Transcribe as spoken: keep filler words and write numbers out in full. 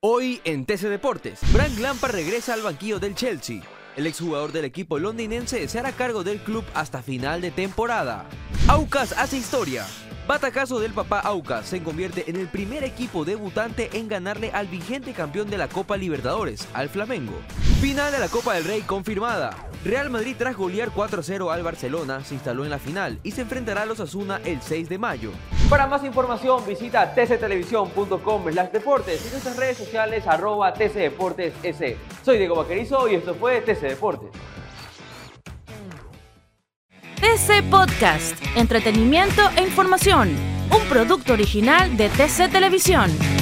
Hoy en T C Deportes, Frank Lampard regresa al banquillo del Chelsea. El exjugador del equipo londinense se hará cargo del club hasta final de temporada. Aucas hace historia. Batacazo del papá Aucas se convierte en el primer equipo debutante en ganarle al vigente campeón de la Copa Libertadores, al Flamengo. Final de la Copa del Rey confirmada. Real Madrid, tras golear cuatro a cero al Barcelona, se instaló en la final y se enfrentará a los Osasuna el seis de mayo. Para más información visita tctelevisión punto com slash deportes y nuestras redes sociales arroba tcdeportes's. Soy Diego Vaquerizo y esto fue T C Deportes. T C Podcast, entretenimiento e información, un producto original de T C Televisión.